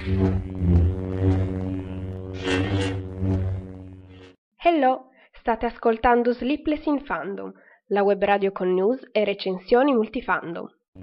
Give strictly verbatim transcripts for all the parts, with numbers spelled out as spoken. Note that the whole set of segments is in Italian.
Hello, state ascoltando Sleepless in Fandom, la web radio con news e recensioni multifandom.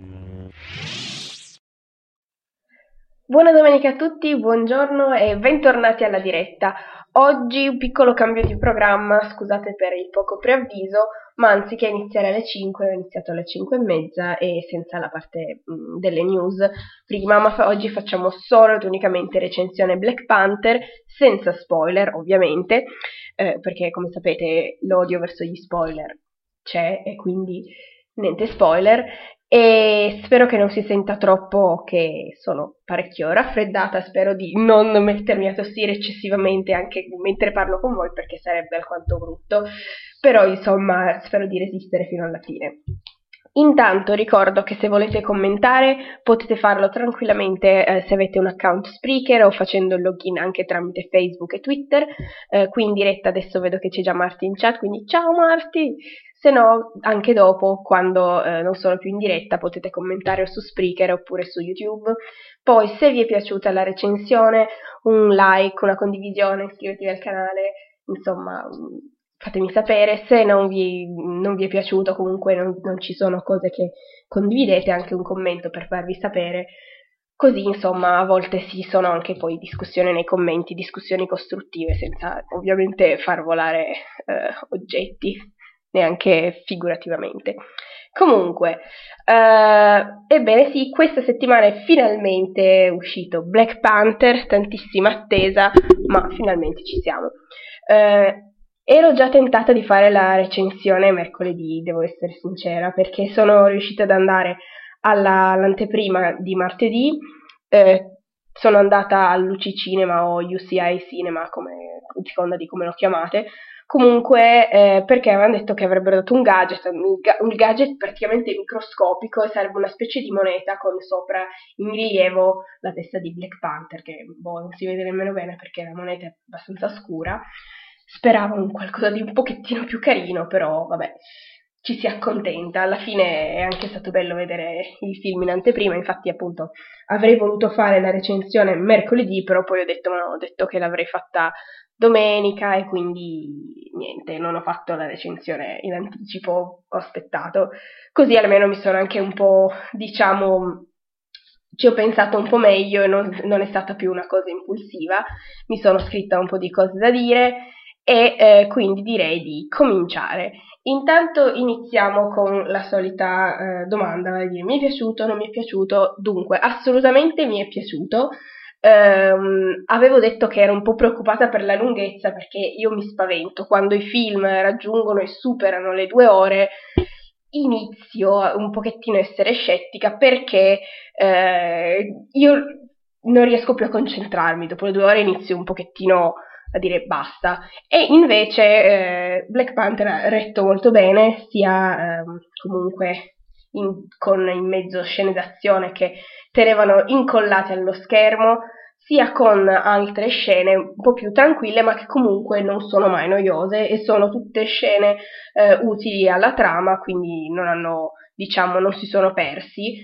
Buona domenica a tutti, buongiorno e bentornati alla diretta. Oggi un piccolo cambio di programma, scusate per il poco preavviso, ma anziché iniziare alle cinque ho iniziato alle cinque e mezza e senza la parte mh, delle news prima, ma fa- oggi facciamo solo ed unicamente recensione Black Panther, senza spoiler ovviamente, eh, perché come sapete l'odio verso gli spoiler c'è e quindi niente spoiler. E spero che non si senta troppo che sono parecchio raffreddata, spero di non mettermi a tossire eccessivamente anche mentre parlo con voi perché sarebbe alquanto brutto, però insomma spero di resistere fino alla fine. Intanto ricordo che se volete commentare potete farlo tranquillamente eh, se avete un account Spreaker o facendo il login anche tramite Facebook e Twitter. Eh, qui in diretta adesso vedo che c'è già Marti in chat, quindi ciao Marti! Se no, anche dopo, quando eh, non sono più in diretta, potete commentare su Spreaker oppure su YouTube. Poi, se vi è piaciuta la recensione, un like, una condivisione, iscrivetevi al canale, insomma, fatemi sapere. Se non vi, non vi è piaciuto, comunque non, non ci sono cose che condividete, anche un commento per farvi sapere. Così, insomma, a volte si sì, sono anche poi discussioni nei commenti, discussioni costruttive, senza ovviamente far volare eh, oggetti, neanche figurativamente. Comunque, eh, ebbene sì, questa settimana è finalmente uscito Black Panther, tantissima attesa, ma finalmente ci siamo. Eh, ero già tentata di fare la recensione mercoledì, devo essere sincera, perché sono riuscita ad andare alla, all'anteprima di martedì, eh, sono andata all'U C Cinema o U C I Cinema, come, a seconda di come lo chiamate, comunque eh, perché avevano detto che avrebbero dato un gadget, un, ga- un gadget praticamente microscopico e sarebbe una specie di moneta con sopra in rilievo la testa di Black Panther, che boh, non si vede nemmeno bene perché la moneta è abbastanza scura. Speravo in qualcosa di un pochettino più carino, però vabbè, ci si accontenta. Alla fine è anche stato bello vedere il film in anteprima, infatti appunto avrei voluto fare la recensione mercoledì, però poi ho detto, no, ho detto che l'avrei fatta domenica e quindi niente, non ho fatto la recensione in anticipo, ho aspettato, così almeno mi sono anche un po', diciamo, ci ho pensato un po' meglio e non, non è stata più una cosa impulsiva, mi sono scritta un po' di cose da dire e eh, quindi direi di cominciare. Intanto iniziamo con la solita eh, domanda, vale a dire, mi è piaciuto, non mi è piaciuto? Dunque, assolutamente mi è piaciuto. Ehm, avevo detto che ero un po' preoccupata per la lunghezza perché io mi spavento quando i film raggiungono e superano le due ore, inizio a un pochettino a essere scettica perché eh, io non riesco più a concentrarmi, dopo le due ore inizio un pochettino a dire basta, e invece eh, Black Panther ha retto molto bene, sia ehm, comunque in, con in mezzo scene d'azione che tenevano incollate allo schermo, sia con altre scene un po' più tranquille, ma che comunque non sono mai noiose e sono tutte scene eh, utili alla trama, quindi non hanno, diciamo, non si sono persi.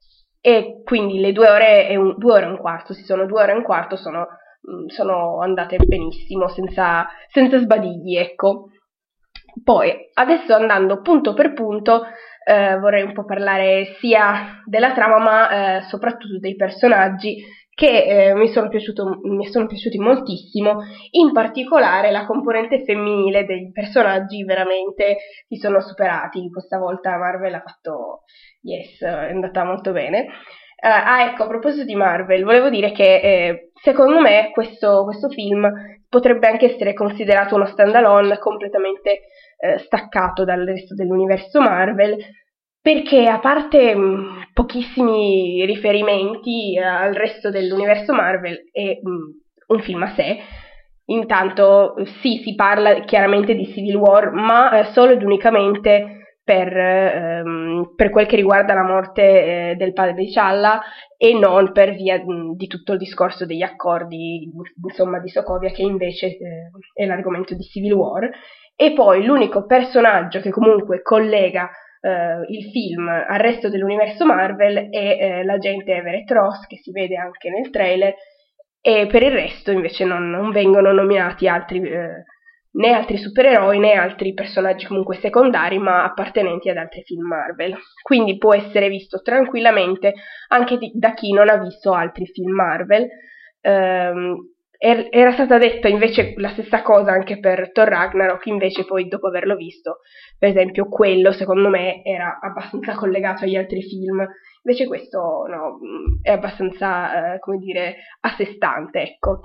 E quindi le due ore e un, due ore e un quarto, si sono due ore e un quarto, sono, sono andate benissimo, senza, senza sbadigli, ecco. Poi, adesso andando punto per punto, eh, vorrei un po' parlare sia della trama, ma eh, soprattutto dei personaggi che eh, mi, sono piaciuto, mi sono piaciuti moltissimo, in particolare la componente femminile dei personaggi veramente si sono superati, questa volta Marvel ha fatto, yes, è andata molto bene. Uh, ah, ecco, a proposito di Marvel, volevo dire che eh, secondo me questo, questo film potrebbe anche essere considerato uno standalone completamente eh, staccato dal resto dell'universo Marvel, perché a parte mh, pochissimi riferimenti al resto dell'universo Marvel è mh, un film a sé. Intanto sì, si parla chiaramente di Civil War, ma eh, solo ed unicamente per, ehm, per quel che riguarda la morte eh, del padre di T'Challa e non per via mh, di tutto il discorso degli accordi, insomma, di Sokovia, che invece eh, è l'argomento di Civil War. E poi l'unico personaggio che comunque collega Uh, il film al resto dell'universo Marvel è uh, l'agente Everett Ross, che si vede anche nel trailer, e per il resto invece non, non vengono nominati altri, eh, né altri supereroi né altri personaggi comunque secondari, ma appartenenti ad altri film Marvel. Quindi può essere visto tranquillamente anche di, da chi non ha visto altri film Marvel. Ehm, er, era stata detta invece la stessa cosa anche per Thor Ragnarok, invece poi dopo averlo visto, per esempio, quello secondo me era abbastanza collegato agli altri film. Invece questo no, è abbastanza, eh, come dire, a sé stante, ecco.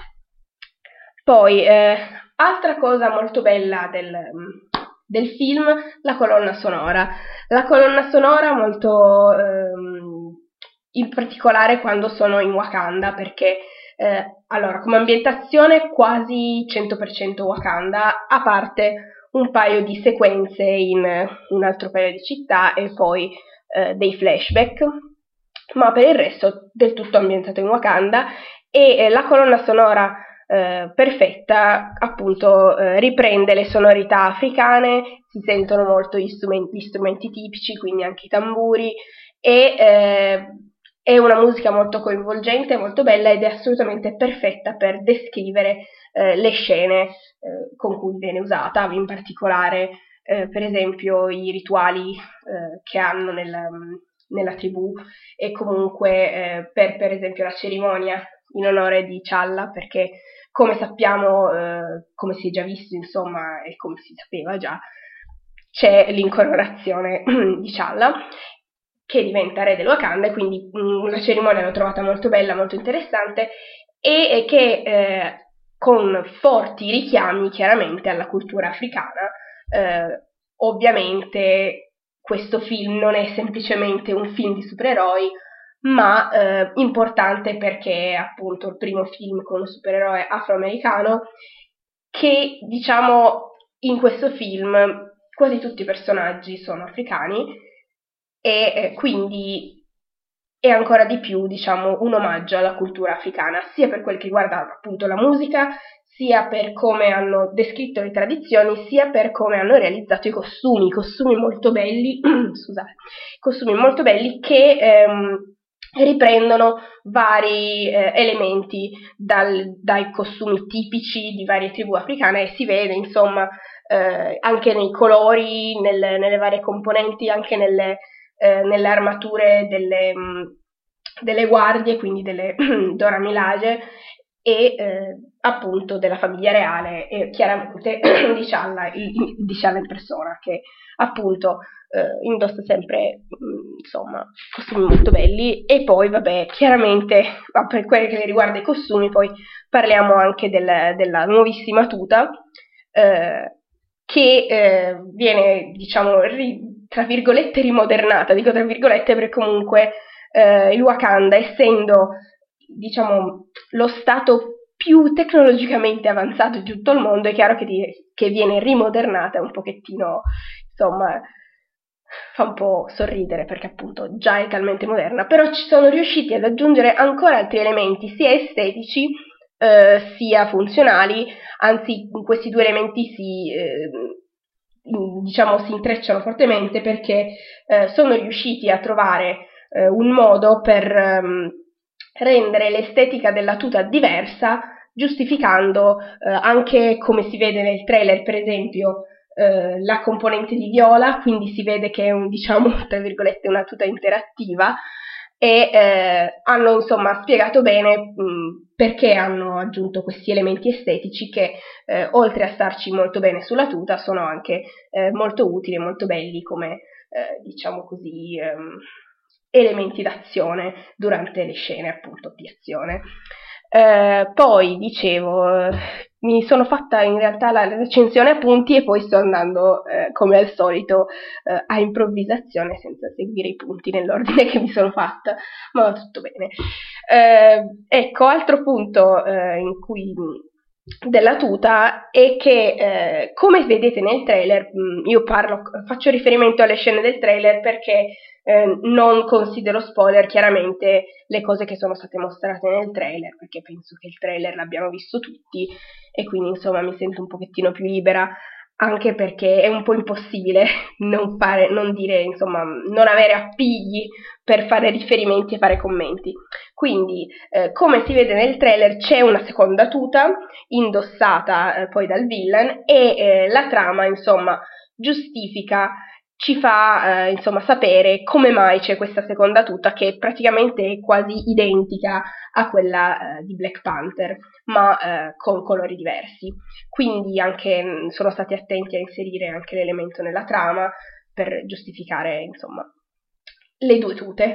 Poi, eh, altra cosa molto bella del, del film, la colonna sonora. La colonna sonora molto, ehm, in particolare quando sono in Wakanda, perché, eh, allora, come ambientazione quasi cento per cento Wakanda, a parte un paio di sequenze in un altro paio di città e poi eh, dei flashback, ma per il resto del tutto ambientato in Wakanda, e eh, la colonna sonora eh, perfetta appunto eh, riprende le sonorità africane, si sentono molto gli strumenti, gli strumenti tipici, quindi anche i tamburi, e eh, è una musica molto coinvolgente, molto bella ed è assolutamente perfetta per descrivere eh, le scene eh, con cui viene usata, in particolare eh, per esempio i rituali eh, che hanno nel, nella tribù, e comunque eh, per per esempio la cerimonia in onore di T'Challa, perché come sappiamo, eh, come si è già visto insomma e come si sapeva già, c'è l'incoronazione di T'Challa che diventa re del Wakanda, e quindi mh, la cerimonia l'ho trovata molto bella, molto interessante, e, e che eh, con forti richiami chiaramente alla cultura africana. eh, Ovviamente questo film non è semplicemente un film di supereroi, ma eh, importante perché è appunto il primo film con un supereroe afroamericano, che diciamo in questo film quasi tutti i personaggi sono africani, e eh, quindi è ancora di più, diciamo, un omaggio alla cultura africana, sia per quel che riguarda appunto la musica, sia per come hanno descritto le tradizioni, sia per come hanno realizzato i costumi, costumi molto belli, scusate, costumi molto belli che ehm, riprendono vari eh, elementi dal, dai costumi tipici di varie tribù africane, e si vede insomma eh, anche nei colori, nelle, nelle varie componenti, anche nelle eh, nelle armature delle, mh, delle guardie, quindi delle Dora Milaje, e eh, appunto della famiglia reale, e chiaramente di T'Challa, di T'Challa in persona, che appunto eh, indossa sempre mh, insomma costumi molto belli. E poi vabbè, chiaramente per quello che riguarda i costumi, poi parliamo anche del, della nuovissima tuta, eh, che eh, viene, diciamo, ri, tra virgolette rimodernata, dico tra virgolette perché comunque eh, il Wakanda, essendo, diciamo, lo stato più tecnologicamente avanzato di tutto il mondo, è chiaro che, di, che viene rimodernata un pochettino, insomma, fa un po' sorridere perché appunto già è talmente moderna, però ci sono riusciti ad aggiungere ancora altri elementi sia estetici eh, sia funzionali, anzi questi due elementi si, eh, diciamo, si intrecciano fortemente, perché eh, sono riusciti a trovare eh, un modo per ehm, rendere l'estetica della tuta diversa, giustificando eh, anche, come si vede nel trailer per esempio, eh, la componente di viola, quindi si vede che è un, diciamo, tra virgolette, una tuta interattiva, e eh, hanno insomma spiegato bene mh, perché hanno aggiunto questi elementi estetici che eh, oltre a starci molto bene sulla tuta sono anche eh, molto utili e molto belli come eh, diciamo così ehm, elementi d'azione durante le scene appunto di azione. Eh, poi dicevo, eh, mi sono fatta in realtà la recensione a punti e poi sto andando eh, come al solito eh, a improvvisazione senza seguire i punti nell'ordine che mi sono fatta, ma va tutto bene. Eh, ecco, altro punto eh, in cui della tuta è che eh, come vedete nel trailer, mh, io parlo, faccio riferimento alle scene del trailer perché eh, non considero spoiler chiaramente le cose che sono state mostrate nel trailer, perché penso che il trailer l'abbiamo visto tutti e quindi insomma mi sento un pochettino più libera anche perché è un po' impossibile non fare, non dire, insomma, non avere appigli per fare riferimenti e fare commenti. Quindi, eh, come si vede nel trailer, c'è una seconda tuta indossata eh, poi dal villain e eh, la trama, insomma, giustifica, ci fa eh, insomma sapere come mai c'è questa seconda tuta che praticamente è quasi identica a quella eh, di Black Panther, ma eh, con colori diversi. Quindi anche mh, sono stati attenti a inserire anche l'elemento nella trama per giustificare, insomma, le due tute.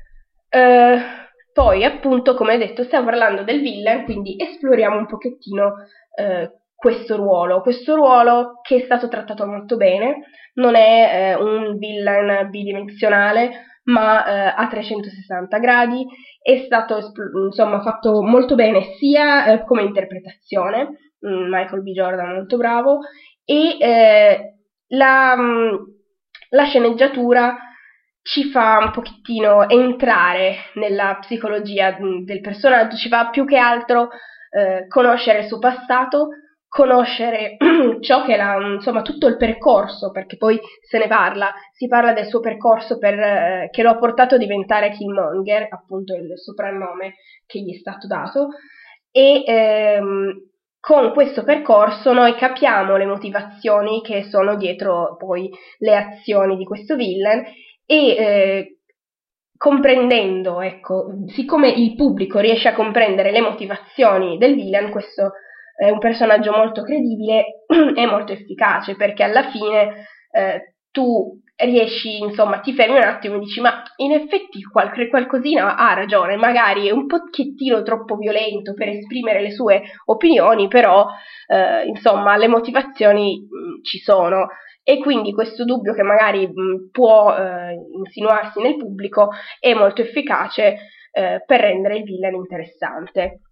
Uh, poi, appunto, come detto, stiamo parlando del villain, quindi esploriamo un pochettino uh, questo ruolo, questo ruolo che è stato trattato molto bene, non è uh, un villain bidimensionale, ma uh, a trecentosessanta gradi, è stato insomma fatto molto bene sia uh, come interpretazione, um, Michael B. Jordan molto bravo, e uh, la, um, la sceneggiatura ci fa un pochettino entrare nella psicologia del personaggio, ci fa più che altro eh, conoscere il suo passato, conoscere ciò che l'ha, insomma, tutto il percorso, perché poi se ne parla, si parla del suo percorso per, eh, che lo ha portato a diventare Killmonger, appunto il soprannome che gli è stato dato, e ehm, con questo percorso noi capiamo le motivazioni che sono dietro poi le azioni di questo villain e eh, comprendendo, ecco, siccome il pubblico riesce a comprendere le motivazioni del villain, questo è un personaggio molto credibile e molto efficace, perché alla fine eh, tu riesci, insomma, ti fermi un attimo e dici, ma in effetti qual- qualcosina ha ragione, magari è un pochettino troppo violento per esprimere le sue opinioni, però, eh, insomma, le motivazioni mh, ci sono. E quindi questo dubbio che magari mh, può eh, insinuarsi nel pubblico è molto efficace eh, per rendere il villain interessante.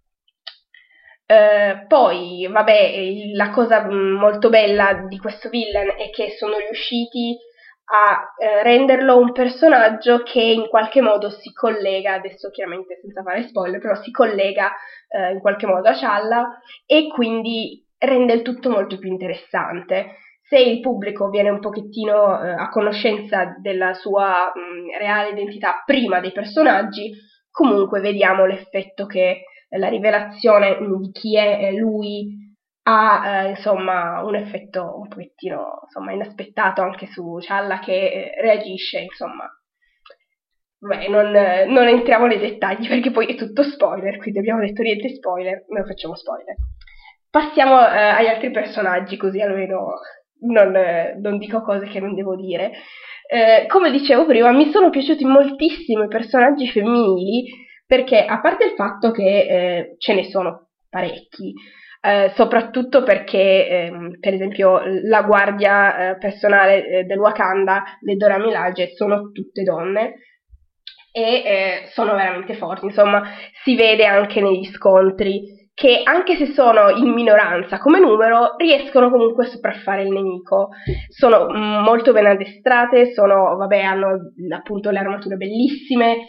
Uh, poi, vabbè, la cosa mh, molto bella di questo villain è che sono riusciti a eh, renderlo un personaggio che in qualche modo si collega, adesso chiaramente senza fare spoiler, però si collega eh, in qualche modo a T'Challa e quindi rende il tutto molto più interessante. Se il pubblico viene un pochettino eh, a conoscenza della sua mh, reale identità prima dei personaggi, comunque vediamo l'effetto che la rivelazione di chi è lui ha eh, insomma un effetto un pochettino insomma inaspettato anche su T'Challa che eh, reagisce, insomma. Beh, non, non entriamo nei dettagli perché poi è tutto spoiler, quindi abbiamo detto niente spoiler, non facciamo spoiler. Passiamo eh, agli altri personaggi, così almeno non, eh, non dico cose che non devo dire. Eh, come dicevo prima, mi sono piaciuti moltissimo i personaggi femminili, perché a parte il fatto che eh, ce ne sono parecchi, eh, soprattutto perché ehm, per esempio la guardia eh, personale eh, del Wakanda, le Dora Milaje, sono tutte donne e eh, sono veramente forti, insomma si vede anche negli scontri che anche se sono in minoranza come numero riescono comunque a sopraffare il nemico, sono mm, molto ben addestrate, sono, vabbè, hanno appunto le armature bellissime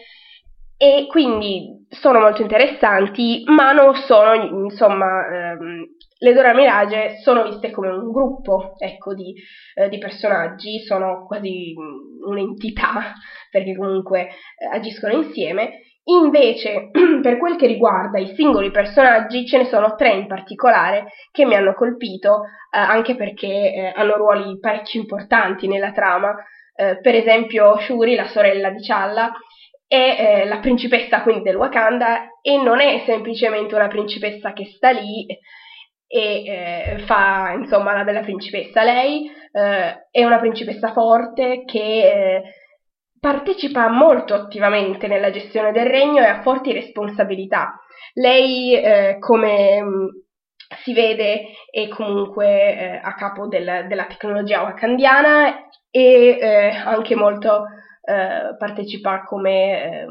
e quindi sono molto interessanti, ma non sono, insomma, ehm, le Dora Milaje sono viste come un gruppo, ecco, di, eh, di personaggi, sono quasi un'entità, perché comunque eh, agiscono insieme. Invece, per quel che riguarda i singoli personaggi, ce ne sono tre in particolare che mi hanno colpito, eh, anche perché eh, hanno ruoli parecchio importanti nella trama. Eh, per esempio, Shuri, la sorella di T'Challa, è eh, la principessa quindi del Wakanda e non è semplicemente una principessa che sta lì e eh, fa insomma la bella principessa. Lei eh, è una principessa forte che eh, partecipa molto attivamente nella gestione del regno e ha forti responsabilità. Lei, eh, come mh, si vede, è comunque eh, a capo del, della tecnologia wakandiana e eh, anche molto eh, partecipa come eh,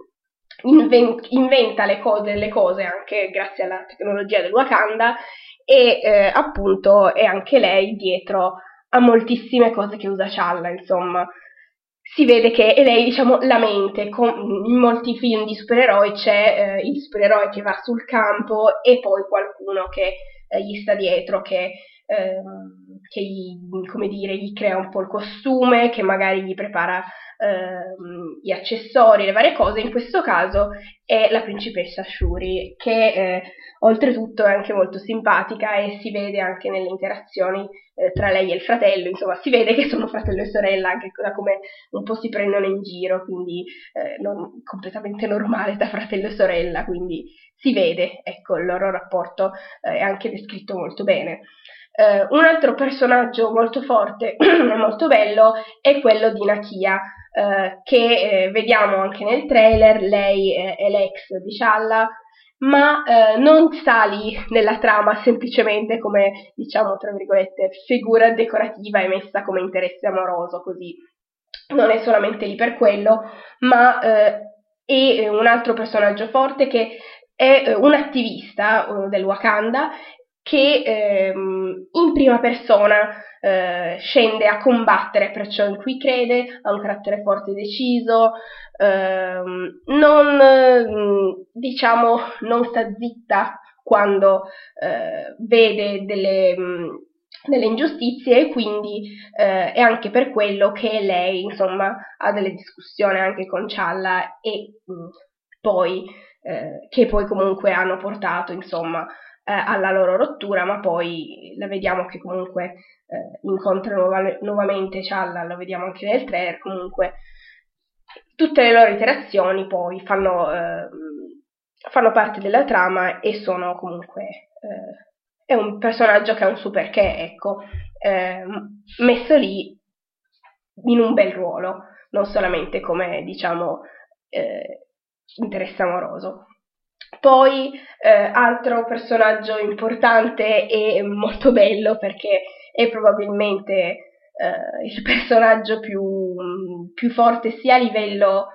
invent- inventa le cose, le cose anche grazie alla tecnologia del Wakanda e eh, appunto è anche lei dietro a moltissime cose che usa T'Challa, insomma. Si vede che è lei, diciamo, la mente. Con, in molti film di supereroi c'è eh, il supereroe che va sul campo e poi qualcuno che eh, gli sta dietro, che eh, che gli, come dire, gli crea un po' il costume, che magari gli prepara eh, gli accessori, le varie cose. In questo caso è la principessa Shuri, che eh, oltretutto è anche molto simpatica e si vede anche nelle interazioni eh, tra lei e il fratello, insomma si vede che sono fratello e sorella, anche da come un po' si prendono in giro, quindi eh, non, completamente normale da fratello e sorella, quindi si vede, ecco, il loro rapporto eh, è anche descritto molto bene. Uh, un altro personaggio molto forte e molto bello è quello di Nakia, uh, che eh, vediamo anche nel trailer. Lei è, è l'ex di T'Challa, ma uh, non sta lì nella trama semplicemente come, diciamo, tra virgolette, figura decorativa e messa come interesse amoroso, così. Non è solamente lì per quello, ma uh, è un altro personaggio forte che è uh, un attivista uh, del Wakanda, che ehm, in prima persona eh, scende a combattere per ciò in cui crede, ha un carattere forte e deciso, ehm, non, diciamo, non sta zitta quando eh, vede delle, mh, delle ingiustizie, e quindi eh, è anche per quello che lei, insomma, ha delle discussioni anche con T'Challa e mh, poi, eh, che poi comunque hanno portato, insomma, alla loro rottura, ma poi la vediamo che comunque eh, incontra nuova, nuovamente T'Challa, lo vediamo anche nel trailer. Comunque tutte le loro interazioni poi fanno, eh, fanno parte della trama e sono comunque eh, è un personaggio che ha un su perché, ecco, eh, messo lì in un bel ruolo, non solamente come, diciamo, eh, interesse amoroso. Poi eh, altro personaggio importante e molto bello, perché è probabilmente eh, il personaggio più, più forte sia a livello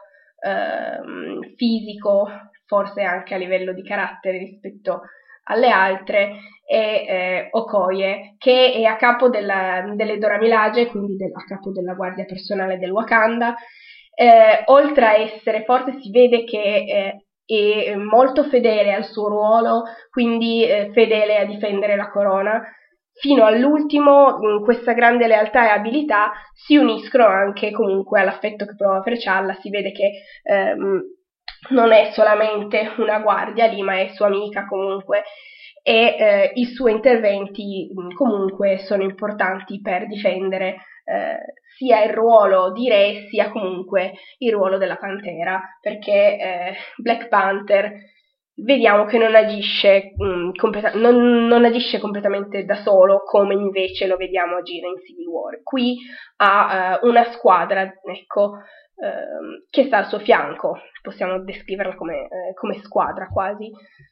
eh, fisico, forse anche a livello di carattere rispetto alle altre, è eh, Okoye, che è a capo della, delle Dora Milaje, quindi del, a capo della guardia personale del Wakanda. Eh, oltre a essere forte, si vede che eh, è molto fedele al suo ruolo, quindi eh, fedele a difendere la corona fino all'ultimo. In questa grande lealtà e abilità si uniscono anche comunque all'affetto che prova per T'Challa. Si vede che ehm, non è solamente una guardia lì, ma è sua amica comunque, e eh, i suoi interventi mh, comunque sono importanti per difendere eh, sia il ruolo di Re sia comunque il ruolo della Pantera, perché eh, Black Panther vediamo che non agisce, mh, completa- non, non agisce completamente da solo, come invece lo vediamo agire in Civil War. Qui ha uh, una squadra, ecco, uh, che sta al suo fianco, possiamo descriverla come, uh, come squadra quasi.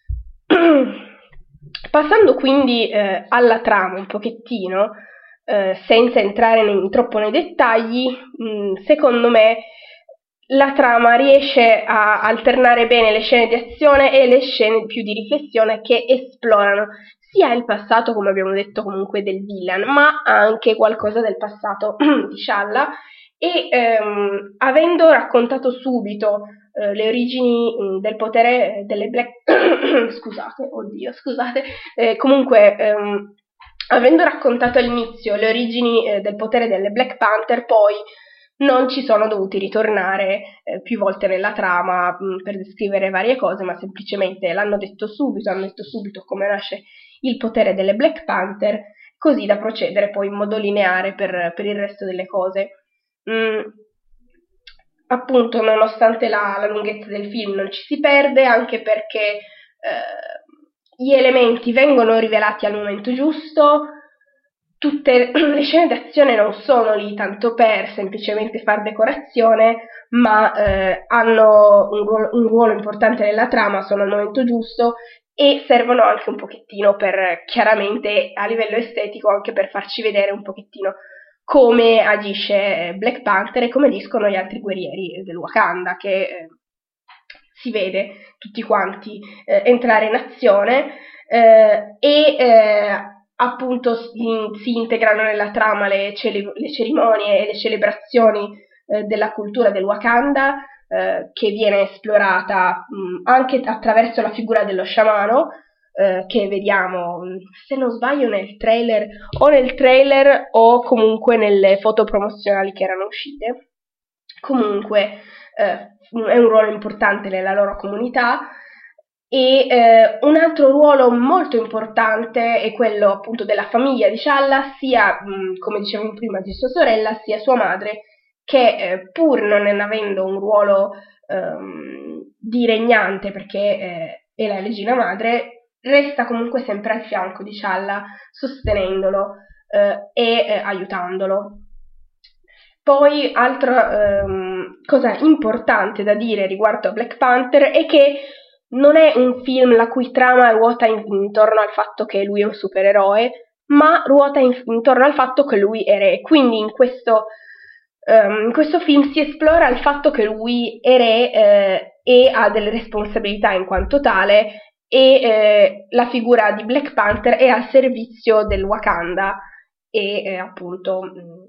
Passando quindi uh, alla trama un pochettino, uh, senza entrare in, troppo nei dettagli, mh, secondo me la trama riesce a alternare bene le scene di azione e le scene più di riflessione, che esplorano sia il passato, come abbiamo detto comunque, del villain, ma anche qualcosa del passato di T'Challa, e ehm, avendo raccontato subito eh, le origini mh, del potere delle Black scusate, oddio, scusate, eh, comunque ehm, avendo raccontato all'inizio le origini eh, del potere delle Black Panther, poi non ci sono dovuti ritornare eh, più volte nella trama mh, per descrivere varie cose, ma semplicemente l'hanno detto subito, hanno detto subito come nasce il potere delle Black Panther, così da procedere poi in modo lineare per, per il resto delle cose. Mm, appunto, nonostante la, la lunghezza del film, non ci si perde, anche perché eh, gli elementi vengono rivelati al momento giusto. Tutte le scene d'azione non sono lì tanto per semplicemente far decorazione, ma eh, hanno un ruolo, un ruolo importante nella trama, sono al momento giusto e servono anche un pochettino per, chiaramente a livello estetico, anche per farci vedere un pochettino come agisce Black Panther e come agiscono gli altri guerrieri del Wakanda, che eh, si vede tutti quanti eh, entrare in azione eh, e eh, appunto si, si integrano nella trama le, cele- le cerimonie e le celebrazioni eh, della cultura del Wakanda, eh, che viene esplorata mh, anche attraverso la figura dello sciamano, eh, che vediamo, se non sbaglio, nel trailer o nel trailer o comunque nelle foto promozionali che erano uscite. Comunque eh, è un ruolo importante nella loro comunità. E eh, un altro ruolo molto importante è quello appunto della famiglia di Challa, sia mh, come dicevamo prima di sua sorella, sia sua madre, che eh, pur non avendo un ruolo ehm, di regnante, perché eh, è la regina madre, resta comunque sempre al fianco di Challa, sostenendolo eh, e eh, aiutandolo. Poi, altra ehm, cosa importante da dire riguardo a Black Panther è che non è un film la cui trama ruota in, intorno al fatto che lui è un supereroe, ma ruota in, intorno al fatto che lui è re. Quindi in questo, um, in questo film si esplora il fatto che lui è re eh, e ha delle responsabilità in quanto tale, e eh, la figura di Black Panther è al servizio del Wakanda e eh, appunto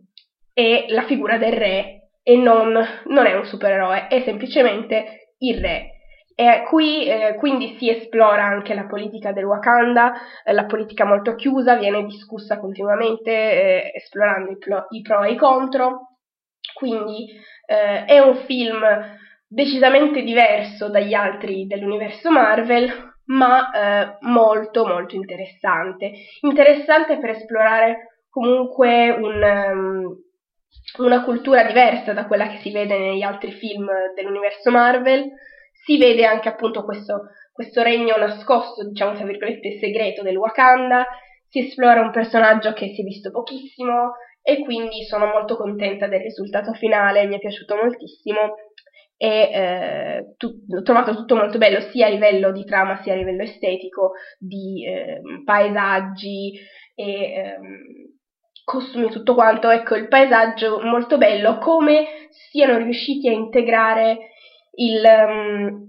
è la figura del re e non, non è un supereroe, è semplicemente il re. E qui eh, quindi si esplora anche la politica del Wakanda, eh, la politica molto chiusa, viene discussa continuamente, eh, esplorando i, pro, i pro e i contro. Quindi eh, è un film decisamente diverso dagli altri dell'universo Marvel, ma eh, molto molto interessante. Interessante per esplorare comunque un, um, una cultura diversa da quella che si vede negli altri film dell'universo Marvel. Si vede anche appunto questo, questo regno nascosto, diciamo tra virgolette segreto del Wakanda, si esplora un personaggio che si è visto pochissimo e quindi sono molto contenta del risultato finale, mi è piaciuto moltissimo e eh, tu, ho trovato tutto molto bello sia a livello di trama sia a livello estetico, di eh, paesaggi e eh, costumi, tutto quanto. Ecco, il paesaggio molto bello, come siano riusciti a integrare Il, um,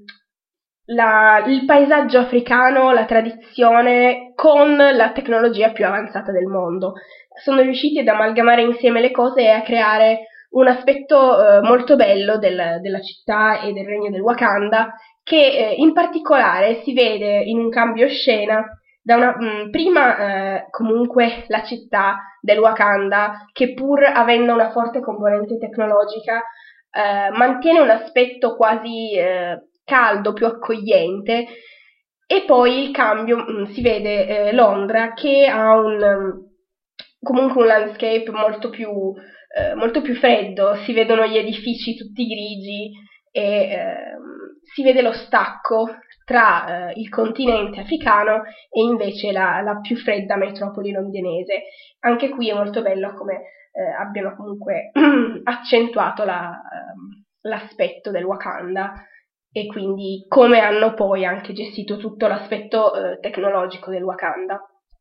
la, il paesaggio africano, la tradizione con la tecnologia più avanzata del mondo. Sono riusciti ad amalgamare insieme le cose e a creare un aspetto eh, molto bello del, della città e del regno del Wakanda, che eh, in particolare si vede in un cambio scena da una, mh, prima eh, comunque la città del Wakanda, che pur avendo una forte componente tecnologica Eh, mantiene un aspetto quasi eh, caldo, più accogliente, e poi il cambio mh, si vede eh, Londra che ha un um, comunque un landscape molto più, eh, molto più freddo, si vedono gli edifici tutti grigi e eh, si vede lo stacco tra eh, il continente africano e invece la, la più fredda metropoli londinese. Anche qui è molto bello come eh, abbiano comunque accentuato la, l'aspetto del Wakanda e quindi come hanno poi anche gestito tutto l'aspetto eh, tecnologico del Wakanda.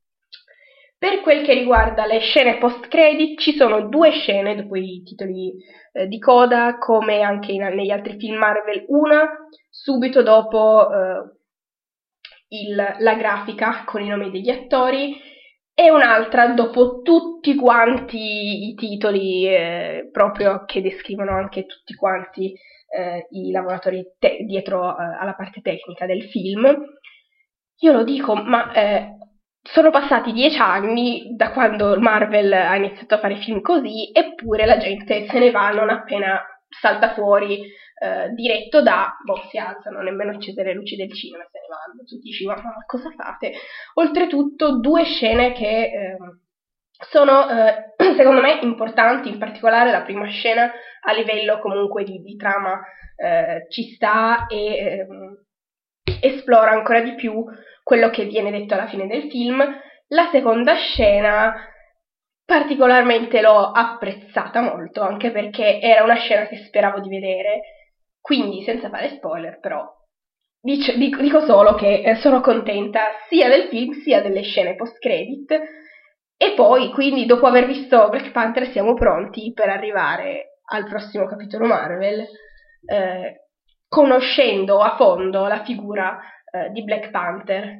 Per quel che riguarda le scene post-credit, ci sono due scene dopo i titoli eh, di coda, come anche in, negli altri film Marvel, una subito dopo eh, il, la grafica con i nomi degli attori e un'altra dopo tutti quanti i titoli eh, proprio che descrivono anche tutti quanti eh, i lavoratori te- dietro eh, alla parte tecnica del film. Io lo dico, ma eh, sono passati dieci anni da quando Marvel ha iniziato a fare film così, eppure la gente se ne va non appena salta fuori eh, diretto da, boh, si alzano, nemmeno accese le luci del cinema, se ne vanno, tu dici, ma, ma cosa fate? Oltretutto due scene che eh, sono eh, secondo me importanti, in particolare la prima scena a livello comunque di, di trama eh, ci sta e eh, esplora ancora di più quello che viene detto alla fine del film. La seconda scena particolarmente l'ho apprezzata molto, anche perché era una scena che speravo di vedere, quindi senza fare spoiler, però dico, dico solo che sono contenta sia del film sia delle scene post-credit, e poi quindi dopo aver visto Black Panther siamo pronti per arrivare al prossimo capitolo Marvel, eh, conoscendo a fondo la figura eh, di Black Panther.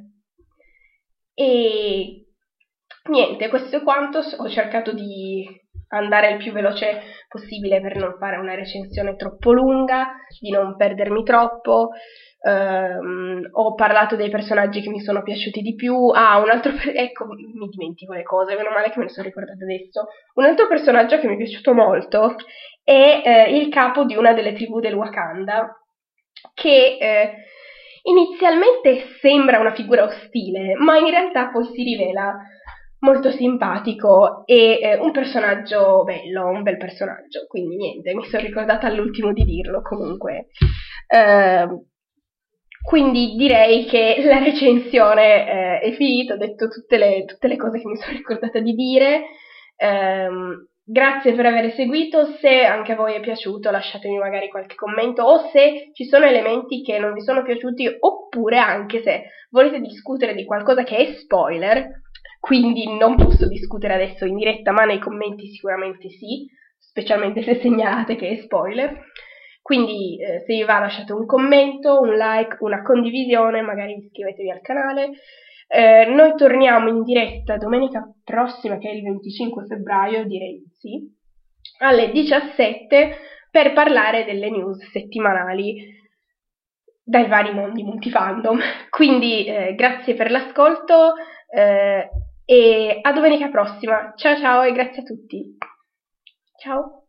E niente, questo è quanto. Ho cercato di andare il più veloce possibile per non fare una recensione troppo lunga, di non perdermi troppo. ehm, ho parlato dei personaggi che mi sono piaciuti di più. Ah, un altro, ecco, mi dimentico le cose, meno male che me ne sono ricordata adesso. Un altro personaggio che mi è piaciuto molto è eh, il capo di una delle tribù del Wakanda, che eh, inizialmente sembra una figura ostile, ma in realtà poi si rivela molto simpatico e eh, un personaggio bello, un bel personaggio, quindi niente, mi sono ricordata all'ultimo di dirlo comunque. Eh, quindi direi che la recensione eh, è finita, ho detto tutte le, tutte le cose che mi sono ricordata di dire. Ehm, grazie per aver seguito, se anche a voi è piaciuto lasciatemi magari qualche commento o se ci sono elementi che non vi sono piaciuti oppure anche se volete discutere di qualcosa che è spoiler, quindi non posso discutere adesso in diretta ma nei commenti sicuramente sì, specialmente se segnalate che è spoiler. Quindi eh, se vi va lasciate un commento, un like, una condivisione, magari iscrivetevi al canale. Eh, noi torniamo in diretta domenica prossima, che è il venticinque febbraio, direi di sì, alle diciassette per parlare delle news settimanali dai vari mondi multifandom. Quindi eh, grazie per l'ascolto eh, e a domenica prossima. Ciao ciao e grazie a tutti. Ciao.